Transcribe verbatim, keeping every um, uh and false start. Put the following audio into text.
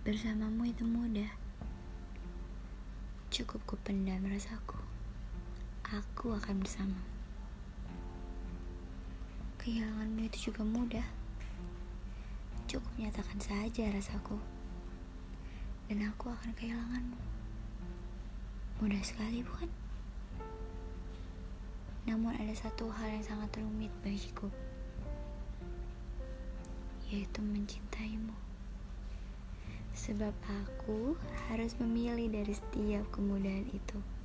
Bersamamu itu mudah. Cukup kupendam rasaku. Aku akan bersamamu. Kehilanganmu itu juga mudah. Cukup nyatakan saja rasaku. Dan aku akan kehilanganmu. Mudah sekali, bukan? Namun ada satu hal yang sangat rumit bagiku, yaitu mencintaimu. Sebab aku harus memilih dari setiap kemudahan itu.